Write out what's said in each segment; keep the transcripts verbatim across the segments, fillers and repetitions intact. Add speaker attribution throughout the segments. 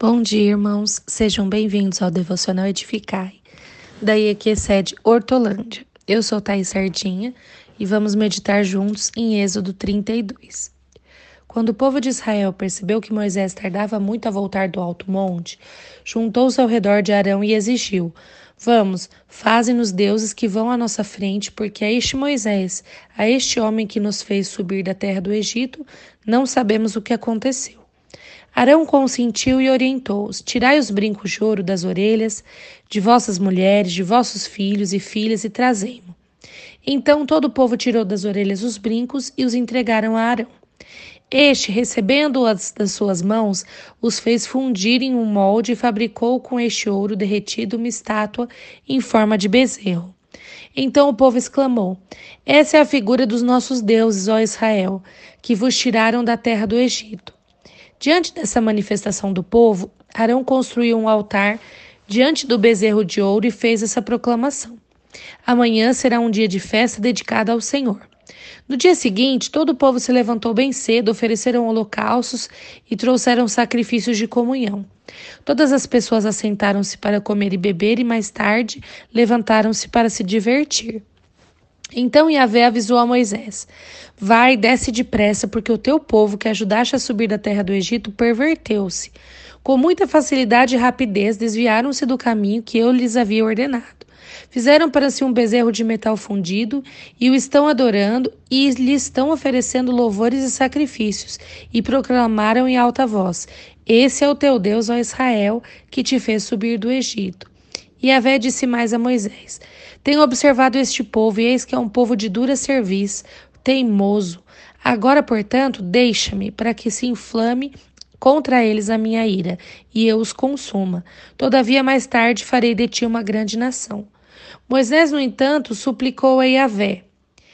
Speaker 1: Bom dia, irmãos. Sejam bem-vindos ao Devocional Edificai, da I E Q Sede Hortolândia. Eu sou Thaís Sardinha e vamos meditar juntos em Êxodo trinta e dois. Quando o povo de Israel percebeu que Moisés tardava muito a voltar do alto monte, juntou-se ao redor de Arão e exigiu: Vamos, faze-nos deuses que vão à nossa frente, porque a este Moisés, a este homem que nos fez subir da terra do Egito, não sabemos o que aconteceu. Arão consentiu e orientou-os: Tirai os brincos de ouro das orelhas de vossas mulheres, de vossos filhos e filhas, e trazei-mo. Então todo o povo tirou das orelhas os brincos e os entregaram a Arão. Este, recebendo-os das suas mãos, os fez fundir em um molde e fabricou com este ouro derretido uma estátua em forma de bezerro. Então o povo exclamou: Essa é a figura dos nossos deuses, ó Israel, que vos tiraram da terra do Egito. Diante dessa manifestação do povo, Arão construiu um altar diante do bezerro de ouro e fez essa proclamação: Amanhã será um dia de festa dedicado ao Senhor. No dia seguinte, todo o povo se levantou bem cedo, ofereceram holocaustos e trouxeram sacrifícios de comunhão. Todas as pessoas assentaram-se para comer e beber e mais tarde levantaram-se para se divertir. Então Yahvé avisou a Moisés: Vai, desce depressa, porque o teu povo, que ajudaste a subir da terra do Egito, perverteu-se. Com muita facilidade e rapidez desviaram-se do caminho que eu lhes havia ordenado. Fizeram para si um bezerro de metal fundido e o estão adorando e lhe estão oferecendo louvores e sacrifícios, e proclamaram em alta voz: Esse é o teu Deus, ó Israel, que te fez subir do Egito. E Yahvé disse mais a Moisés: Tenho observado este povo, e eis que é um povo de dura cerviz, teimoso. Agora, portanto, deixa-me, para que se inflame contra eles a minha ira, e eu os consuma. Todavia, mais tarde, farei de ti uma grande nação. Moisés, no entanto, suplicou a Yahvé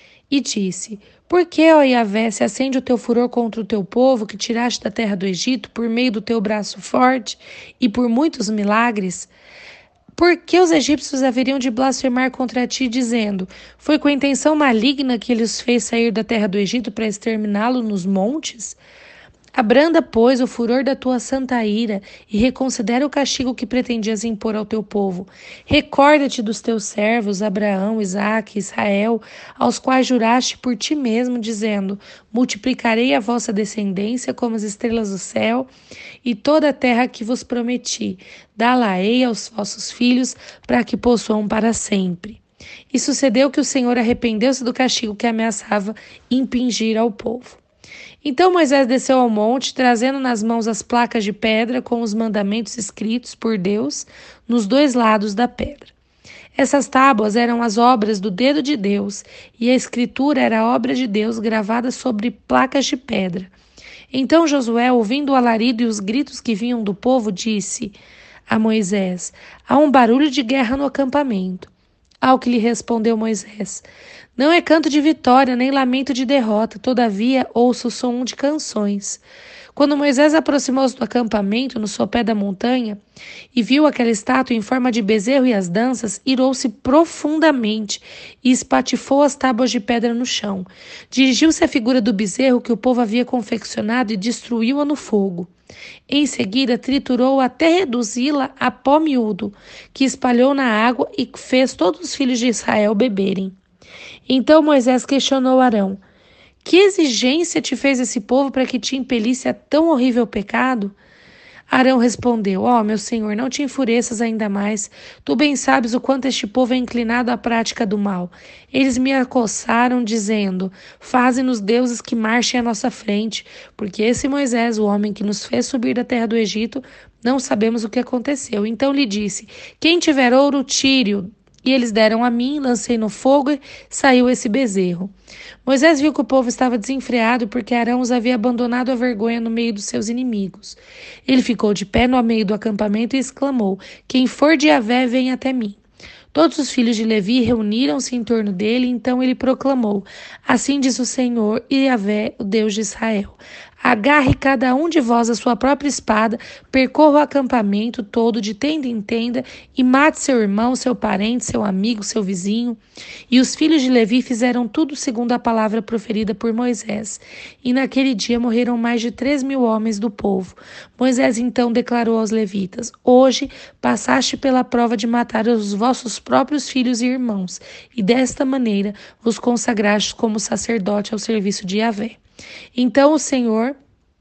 Speaker 1: e disse: Por que, ó Yahvé, se acende o teu furor contra o teu povo, que tiraste da terra do Egito, por meio do teu braço forte e por muitos milagres? Por que os egípcios haveriam de blasfemar contra ti, dizendo: Foi com a intenção maligna que ele os fez sair da terra do Egito para exterminá-lo nos montes? Abranda, pois, o furor da tua santa ira e reconsidera o castigo que pretendias impor ao teu povo. Recorda-te dos teus servos, Abraão, Isaque e Israel, aos quais juraste por ti mesmo, dizendo: Multiplicarei a vossa descendência como as estrelas do céu, e toda a terra que vos prometi, dá-la-ei aos vossos filhos, para que possuam para sempre. E sucedeu que o Senhor arrependeu-se do castigo que ameaçava impingir ao povo. Então Moisés desceu ao monte, trazendo nas mãos as placas de pedra com os mandamentos escritos por Deus nos dois lados da pedra. Essas tábuas eram as obras do dedo de Deus, e a escritura era a obra de Deus gravada sobre placas de pedra. Então Josué, ouvindo o alarido e os gritos que vinham do povo, disse a Moisés: Há um barulho de guerra no acampamento. Ao que lhe respondeu Moisés: Não é canto de vitória, nem lamento de derrota, todavia ouço o som de canções. Quando Moisés aproximou-se do acampamento, no sopé da montanha, e viu aquela estátua em forma de bezerro e as danças, irou-se profundamente e espatifou as tábuas de pedra no chão. Dirigiu-se à figura do bezerro que o povo havia confeccionado e destruiu-a no fogo. Em seguida, triturou até reduzi-la a pó miúdo, que espalhou na água e fez todos os filhos de Israel beberem. Então Moisés questionou Arão: Que exigência te fez esse povo para que te impelisse a tão horrível pecado? Arão respondeu: Ó, oh, meu senhor, não te enfureças ainda mais. Tu bem sabes o quanto este povo é inclinado à prática do mal. Eles me acossaram, dizendo: Faze-nos deuses que marchem à nossa frente, porque esse Moisés, o homem que nos fez subir da terra do Egito, não sabemos o que aconteceu. Então lhe disse: Quem tiver ouro, tire-o. E eles deram a mim, lancei no fogo e saiu esse bezerro. Moisés viu que o povo estava desenfreado porque Arão os havia abandonado à vergonha no meio dos seus inimigos. Ele ficou de pé no meio do acampamento e exclamou: Quem for de Yahvé, venha até mim. Todos os filhos de Levi reuniram-se em torno dele, então ele proclamou: Assim diz o Senhor e Yahvé, o Deus de Israel: Agarre cada um de vós a sua própria espada, percorra o acampamento todo de tenda em tenda e mate seu irmão, seu parente, seu amigo, seu vizinho. E os filhos de Levi fizeram tudo segundo a palavra proferida por Moisés. E naquele dia morreram mais de três mil homens do povo. Moisés então declarou aos levitas: Hoje passaste pela prova de matar os vossos próprios filhos e irmãos, e desta maneira vos consagrastes como sacerdote ao serviço de Yahvé. Então o Senhor,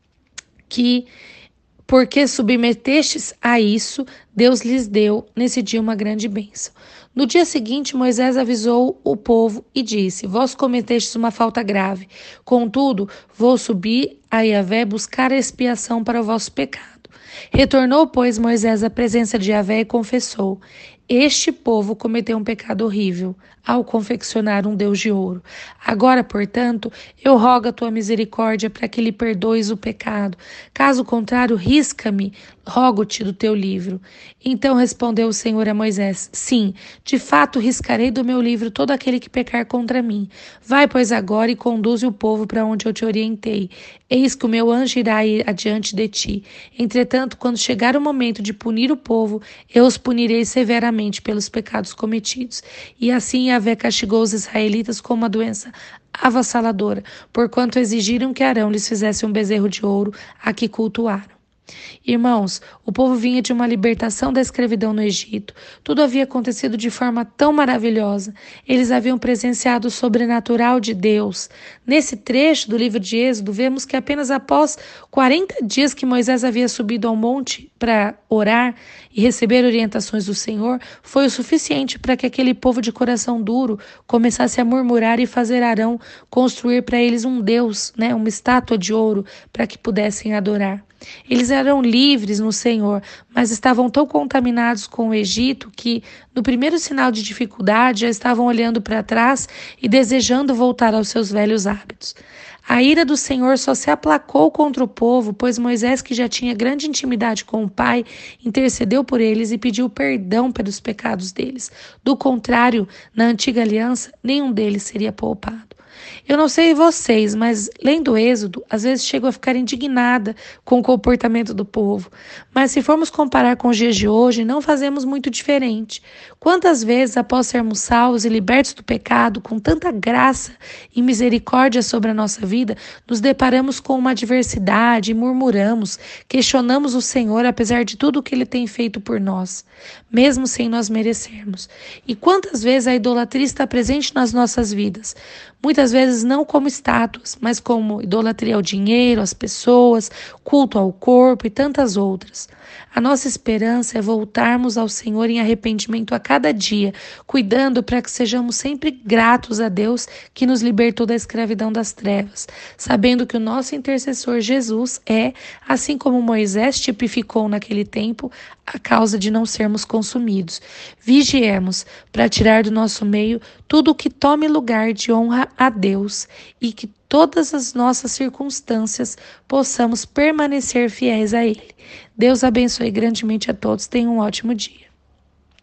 Speaker 1: que porque submetestes a isso, Deus lhes deu nesse dia uma grande bênção. No dia seguinte, Moisés avisou o povo e disse: Vós cometestes uma falta grave. Contudo, vou subir a Yahvé buscar a expiação para o vosso pecado. Retornou, pois, Moisés à presença de Yahvé e confessou: Este povo cometeu um pecado horrível ao confeccionar um Deus de ouro. Agora, portanto, eu rogo a tua misericórdia para que lhe perdoes o pecado. Caso contrário, risca-me, rogo-te do teu livro. Então respondeu o Senhor a Moisés: Sim, de fato riscarei do meu livro todo aquele que pecar contra mim. Vai, pois, agora e conduze o povo para onde eu te orientei. Eis que o meu anjo irá ir adiante de ti. Entretanto, quando chegar o momento de punir o povo, eu os punirei severamente pelos pecados cometidos. E assim Yahvé castigou os israelitas com uma doença avassaladora, porquanto exigiram que Arão lhes fizesse um bezerro de ouro a que cultuaram. Irmãos, o povo vinha de uma libertação da escravidão no Egito. Tudo havia acontecido de forma tão maravilhosa. Eles haviam presenciado o sobrenatural de Deus. Nesse trecho do livro de Êxodo, vemos que apenas após quarenta dias que Moisés havia subido ao monte para orar e receber orientações do Senhor, foi o suficiente para que aquele povo de coração duro começasse a murmurar e fazer Arão construir para eles um Deus, né, uma estátua de ouro, para que pudessem adorar. Eles eram livres no Senhor, mas estavam tão contaminados com o Egito que, no primeiro sinal de dificuldade, já estavam olhando para trás e desejando voltar aos seus velhos hábitos. A ira do Senhor só se aplacou contra o povo, pois Moisés, que já tinha grande intimidade com o Pai, intercedeu por eles e pediu perdão pelos pecados deles. Do contrário, na antiga aliança, nenhum deles seria poupado. Eu não sei vocês, mas lendo o Êxodo, às vezes chego a ficar indignada com o comportamento do povo. Mas se formos comparar com os dias de hoje, não fazemos muito diferente. Quantas vezes, após sermos salvos e libertos do pecado, com tanta graça e misericórdia sobre a nossa vida, nos deparamos com uma adversidade e murmuramos, questionamos o Senhor apesar de tudo o que Ele tem feito por nós, mesmo sem nós merecermos. E quantas vezes a idolatria está presente nas nossas vidas? Muitas vezes não como estátuas, mas como idolatria ao dinheiro, às pessoas, culto ao corpo e tantas outras. A nossa esperança é voltarmos ao Senhor em arrependimento a cada dia, cuidando para que sejamos sempre gratos a Deus que nos libertou da escravidão das trevas, sabendo que o nosso intercessor Jesus é, assim como Moisés tipificou naquele tempo, a causa de não sermos consumidos. Vigiemos para tirar do nosso meio tudo o que tome lugar de honra a Deus e que todas as nossas circunstâncias possamos permanecer fiéis a Ele. Deus abençoe grandemente a todos. Tenham um ótimo dia.